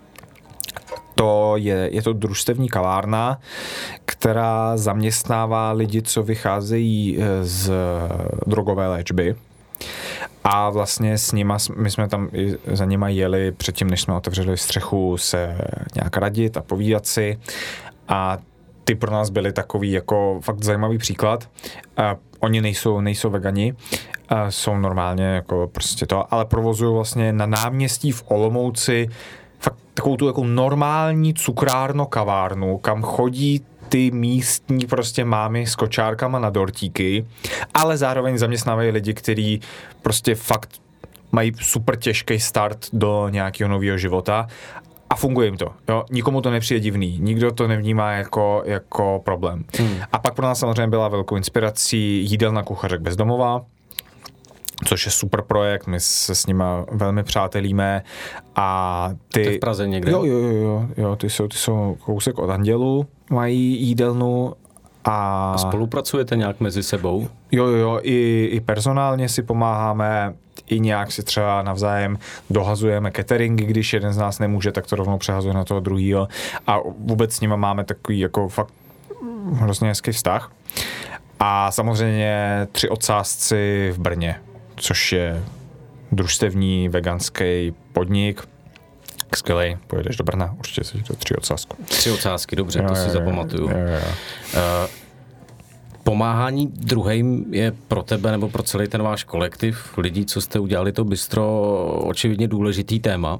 To je, je to družstevní kavárna, která zaměstnává lidi, co vycházejí z drogové léčby. A vlastně s nima, my jsme tam i za nima jeli předtím, než jsme otevřeli střechu, se nějak radit a povídat si. A ty pro nás byli takový jako fakt zajímavý příklad. A oni nejsou, nejsou vegani, a jsou normálně jako prostě to, ale provozují vlastně na náměstí v Olomouci fakt takovou tu jako normální cukrárno kavárnu, kam chodí ty místní prostě mámy s kočárkama na dortíky, ale zároveň zaměstnávají lidi, kteří prostě fakt mají super těžký start do nějakého nového života a funguje jim to. Jo? Nikomu to nepřijde divný, nikdo to nevnímá jako, jako problém. Hmm. A pak pro nás samozřejmě byla velkou inspirací jídelna kuchařek bezdomova, což je super projekt, my se s nima velmi přátelíme a ty... To v Praze někde? Jo, jo, jo, jo ty, jsou, ty jsou kousek od Andělu, mají jídelnu a... A spolupracujete nějak mezi sebou? Jo, jo, jo, i, i personálně si pomáháme, i nějak si třeba navzájem dohazujeme cateringy, když jeden z nás nemůže, tak to rovnou přehazuje na toho druhýho a vůbec s nima máme takový jako fakt hrozně hezký vztah. A samozřejmě Tři ocásci v Brně, což je družstevní veganský podnik. Skvělej, pojedeš do Brna, určitě si to Tři ocásku. Tři ocásky, dobře, jo, to si jo, zapamatuju. Jo, jo. Uh, pomáhání druhým je pro tebe nebo pro celý ten váš kolektiv lidí, co jste udělali to bistro, očividně důležitý téma. Uh,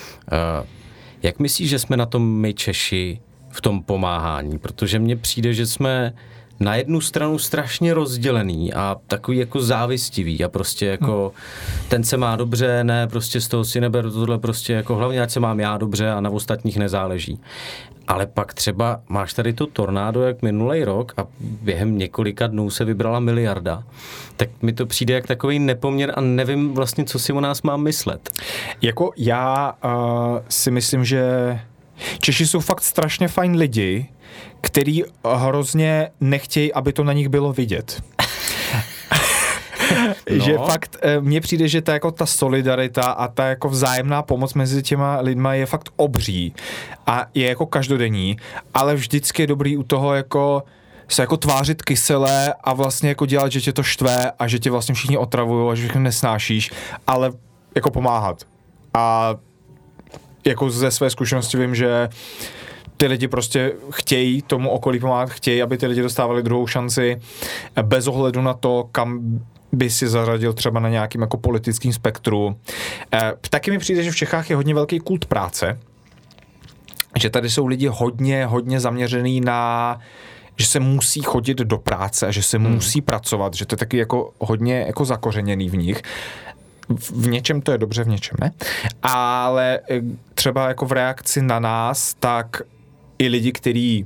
jak myslíš, že jsme na tom my Češi v tom pomáhání? Protože mně přijde, že jsme na jednu stranu strašně rozdělený a takový jako závistivý a prostě jako hmm. ten se má dobře, ne, prostě z toho si neberu tohle prostě jako hlavně ať se mám já dobře a na ostatních nezáleží. Ale pak třeba máš tady to tornádo jak minulej rok a během několika dnů se vybrala miliarda. Tak mi to přijde jak takový nepoměr a nevím vlastně, co si o nás mám myslet. Jako já uh, si myslím, že Češi jsou fakt strašně fajn lidi, který hrozně nechtějí, aby to na nich bylo vidět. No. Že fakt mně přijde, že ta, jako ta solidarita a ta jako vzájemná pomoc mezi těma lidma je fakt obří a je jako každodenní, ale vždycky je dobrý u toho jako se jako tvářit kyselé a vlastně jako dělat, že tě to štve a že tě vlastně všichni otravujou a že všechno nesnášíš, ale jako pomáhat. A jako ze své zkušenosti vím, že ty lidi prostě chtějí tomu okolí pomáhat, chtějí, aby ty lidi dostávali druhou šanci bez ohledu na to, kam by si zařadil třeba na nějakým jako politickým spektru. E, taky mi přijde, že v Čechách je hodně velký kult práce, že tady jsou lidi hodně, hodně zaměřený na, že se musí chodit do práce, že se hmm. musí pracovat, že to je taky jako hodně jako zakořeněný v nich. V něčem to je dobře, v něčem ne. Ale třeba jako v reakci na nás, tak i lidi, kteří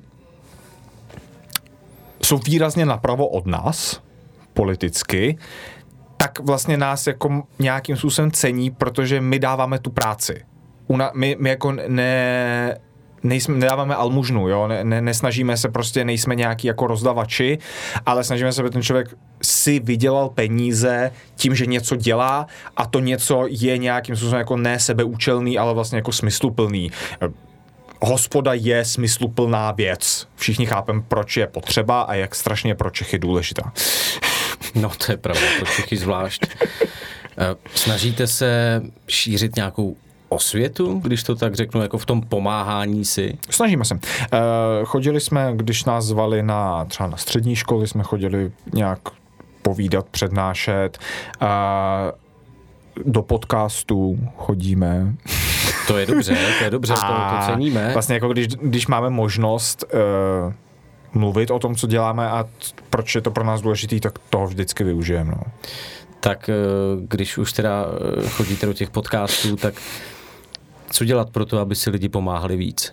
jsou výrazně napravo od nás, politicky, tak vlastně nás jako nějakým způsobem cení, protože my dáváme tu práci. Una, my, my jako ne... Nejsme, nedáváme almužnu, jo? Ne, ne, nesnažíme se prostě, nejsme nějaký jako rozdavači, ale snažíme se, aby ten člověk si vydělal peníze tím, že něco dělá a to něco je nějakým způsobem jako ne sebeúčelný, ale vlastně jako smysluplný. Hospoda je smysluplná věc. Všichni chápeme, proč je potřeba a jak strašně pro Čechy důležitá. No to je pravda, pro Čechy zvlášť. Snažíte se šířit nějakou osvětu, když to tak řeknu, jako v tom pomáhání si? Snažíme se. E, chodili jsme, když nás zvali na třeba na střední školy, jsme chodili nějak povídat, přednášet. E, do podcastů chodíme. To je dobře, to je dobře, to, to ceníme. Vlastně jako když, když máme možnost e, mluvit o tom, co děláme a proč je to pro nás důležitý, tak toho vždycky využijeme. No. Tak když už teda chodíte do těch podcastů, tak co dělat pro to, aby si lidi pomáhali víc?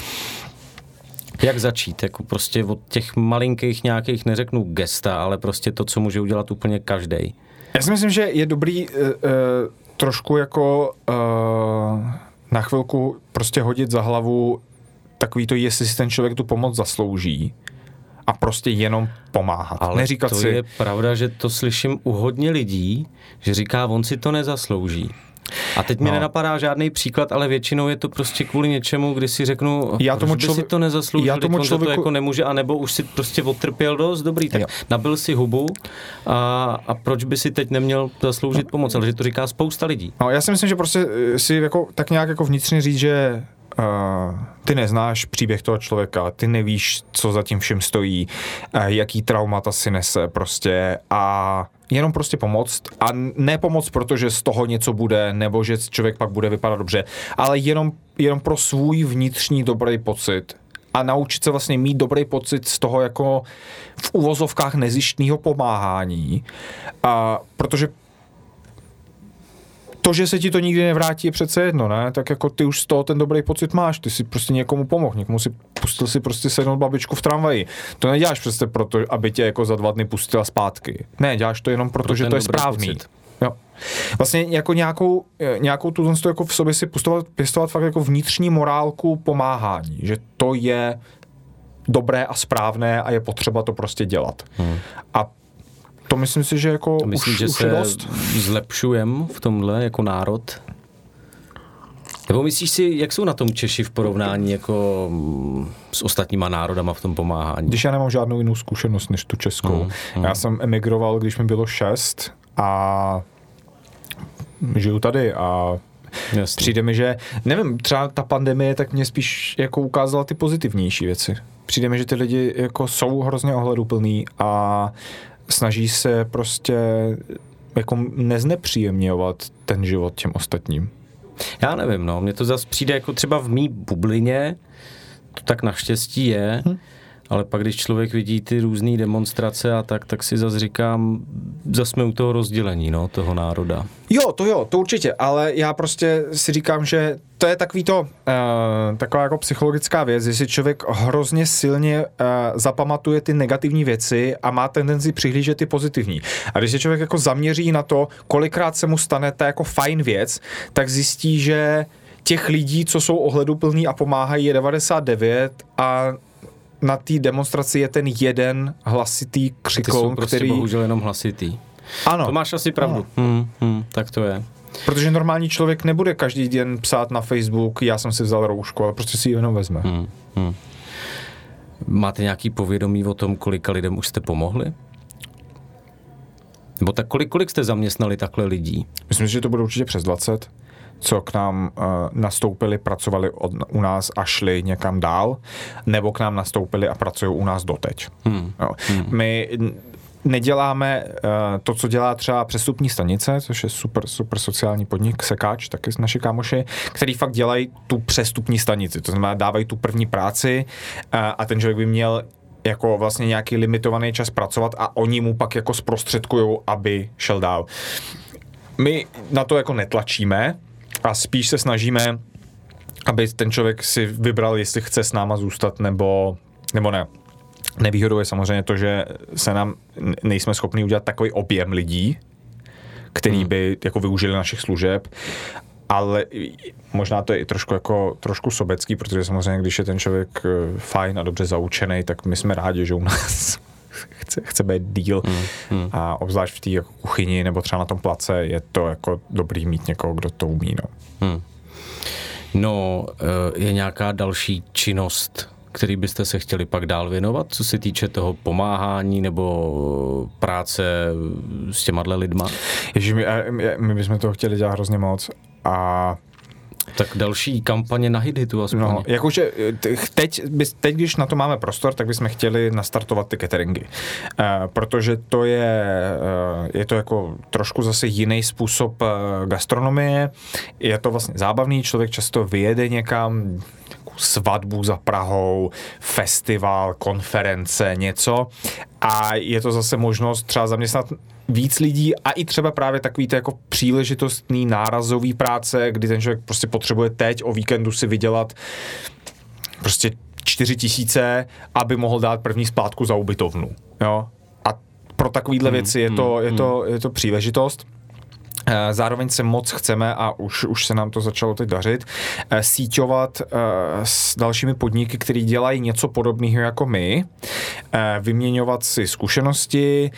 Jak začít? Jako prostě od těch malinkých nějakých, neřeknu gesta, ale prostě to, co může udělat úplně každej. Já si myslím, že je dobrý uh, uh, trošku jako uh, na chvilku prostě hodit za hlavu takový to, jestli si ten člověk tu pomoc zaslouží a prostě jenom pomáhat. Ale neříkat to si... je pravda, že to slyším u hodně lidí, že říká, on si to nezaslouží. A teď mi no. nenapadá žádný příklad, ale většinou je to prostě kvůli něčemu, kdy si řeknu, já tomu člověk... si to nezasloužil, já tomu člověku... to jako nemůže, anebo už si prostě odtrpěl dost, dobrý, tak jo. nabil si hubu a, a proč by si teď neměl zasloužit no. pomoc, ale že to říká spousta lidí. No, já si myslím, že prostě si jako, tak nějak jako vnitřně říct, že Uh, ty neznáš příběh toho člověka, ty nevíš, co za tím všem stojí, uh, jaký traumata si nese prostě a jenom prostě pomoct a ne pomoct, protože z toho něco bude, nebo že člověk pak bude vypadat dobře, ale jenom, jenom pro svůj vnitřní dobrý pocit a naučit se vlastně mít dobrý pocit z toho jako v uvozovkách nezištného pomáhání, uh, protože to, že se ti to nikdy nevrátí, je přece jedno, ne? Tak jako ty už z toho ten dobrý pocit máš, ty si prostě někomu pomohl, někomu si pustil si prostě sednout babičku v tramvaji. To neděláš přece proto, aby tě jako za dva dny pustila zpátky. Ne, děláš to jenom proto, Pro že to je správný. Pocit. Jo. Vlastně jako nějakou, nějakou tu jako v sobě si pěstovat, pěstovat fakt jako vnitřní morálku pomáhání, že to je dobré a správné a je potřeba to prostě dělat. Hmm. A to myslím si, že jako myslím, už, že už se dost. zlepšujeme v tomhle jako národ? Nebo myslíš si, jak jsou na tom Češi v porovnání jako s ostatníma národama v tom pomáhání? Když já nemám žádnou jinou zkušenost než tu českou. Hmm, hmm. Já jsem emigroval, když mi bylo šest a žiju tady a Jasně. přijde mi, že nevím, třeba ta pandemie tak mě spíš jako ukázala ty pozitivnější věci. Přijde mi, že ty lidi jako jsou hrozně ohleduplný a snaží se prostě jako neznepříjemňovat ten život těm ostatním. Já nevím, no, mně to zase přijde jako třeba v mý bublině, to tak naštěstí je, hm. ale pak když člověk vidí ty různý demonstrace a tak, tak si zase říkám, zase jsme u toho rozdělení, no, toho národa. Jo, to jo, to určitě, ale já prostě si říkám, že to je takový to, uh, taková jako psychologická věc, jestli člověk hrozně silně uh, zapamatuje ty negativní věci a má tendenci přihlížet ty pozitivní. A když se člověk jako zaměří na to, kolikrát se mu stane ta jako fajn věc, tak zjistí, že těch lidí, co jsou ohleduplní a pomáhají, je devadesát devět a na té demonstraci je ten jeden hlasitý křikoun, ty jsou prostě který... bohužel jenom hlasitý. Ano. To máš asi pravdu. No. Hmm, hmm, tak to je. Protože normální člověk nebude každý den psát na Facebook, já jsem si vzal roušku, ale prostě si ji jenom vezme. Hmm, hmm. Máte nějaký povědomí o tom, kolika lidem už jste pomohli? Nebo tak kolik, kolik jste zaměstnali takhle lidí? Myslím, že to bude určitě přes dvacet, co k nám uh, nastoupili, pracovali od, u nás a šli někam dál, nebo k nám nastoupili a pracují u nás doteď. Hmm. No. Hmm. My neděláme uh, to, co dělá třeba přestupní stanice, což je super, super sociální podnik, Sekáč, taky s naši kámoši, který fakt dělají tu přestupní stanici, to znamená dávají tu první práci uh, a ten člověk by měl jako vlastně nějaký limitovaný čas pracovat a oni mu pak jako zprostředkujou, aby šel dál. My na to jako netlačíme a spíš se snažíme aby ten člověk si vybral, jestli chce s náma zůstat nebo, nebo ne. Nevýhodou je samozřejmě to, že se nám nejsme schopni udělat takový objem lidí, který by jako využili našich služeb, ale možná to je i trošku jako trošku sobecký, protože samozřejmě, když je ten člověk fajn a dobře zaučený, tak my jsme rádi, že u nás chce, chce být díl hmm, hmm. a obzvlášť v té jako kuchyni nebo třeba na tom place je to jako dobrý mít někoho, kdo to umí. No, hmm. no je nějaká další činnost, který byste se chtěli pak dál věnovat, co se týče toho pomáhání nebo práce s těmahle lidma? Ježiš, my, my bychom toho chtěli dělat hrozně moc a tak další kampaně na HitHitu aspoň. No, jakože teď, teď, když na to máme prostor, tak bychom chtěli nastartovat ty cateringy. Uh, protože to je, uh, je to jako trošku zase jiný způsob uh, gastronomie. Je to vlastně zábavný, člověk často vyjede někam, svatbu za Prahou, festival, konference, něco a je to zase možnost třeba zaměstnat víc lidí a i třeba právě takový to jako příležitostný nárazový práce, kdy ten člověk prostě potřebuje teď o víkendu si vydělat prostě čtyři tisíce, aby mohl dát první splátku za ubytovnu. Jo? A pro takovýhle věci je to, je to, je to příležitost. Zároveň se moc chceme, a už, už se nám to začalo teď dařit, síťovat s dalšími podniky, které dělají něco podobného jako my, vyměňovat si zkušenosti,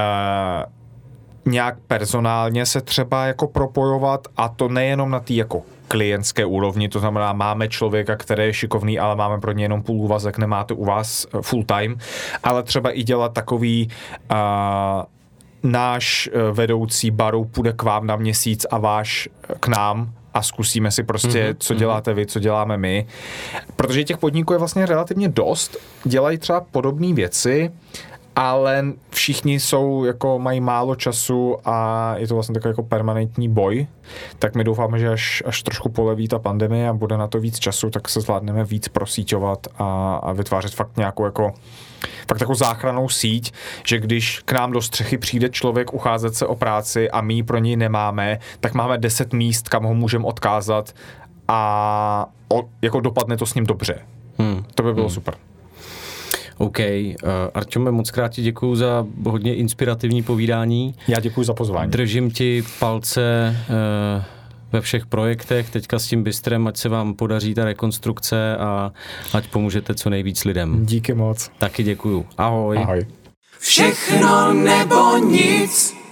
nějak personálně se třeba jako propojovat, a to nejenom na té jako klientské úrovni, to znamená, máme člověka, který je šikovný, ale máme pro ně jenom půl úvazek, nemáte u vás full time, ale třeba i dělat takový uh, náš vedoucí baru půjde k vám na měsíc a váš k nám a zkusíme si prostě, mm-hmm. co děláte vy, co děláme my. Protože těch podniků je vlastně relativně dost, dělají třeba podobné věci, ale všichni jsou, jako mají málo času a je to vlastně takový jako permanentní boj. Tak my doufáme, že až, až trošku poleví ta pandemie a bude na to víc času, tak se zvládneme víc prosíťovat a, a vytvářet fakt nějakou jako fakt takovou záchrannou síť, že když k nám do střechy přijde člověk ucházet se o práci a my ji pro něj nemáme, tak máme deset míst, kam ho můžeme odkázat a o, jako dopadne to s ním dobře. Hmm. To by bylo hmm. super. OK. Uh, Arťome, moc krát ti děkuju za hodně inspirativní povídání. Já děkuju za pozvání. Držím ti palce uh, ve všech projektech, teďka s tím bistrem, ať se vám podaří ta rekonstrukce a ať pomůžete co nejvíc lidem. Díky moc. Taky děkuju. Ahoj. Ahoj. Všechno nebo nic.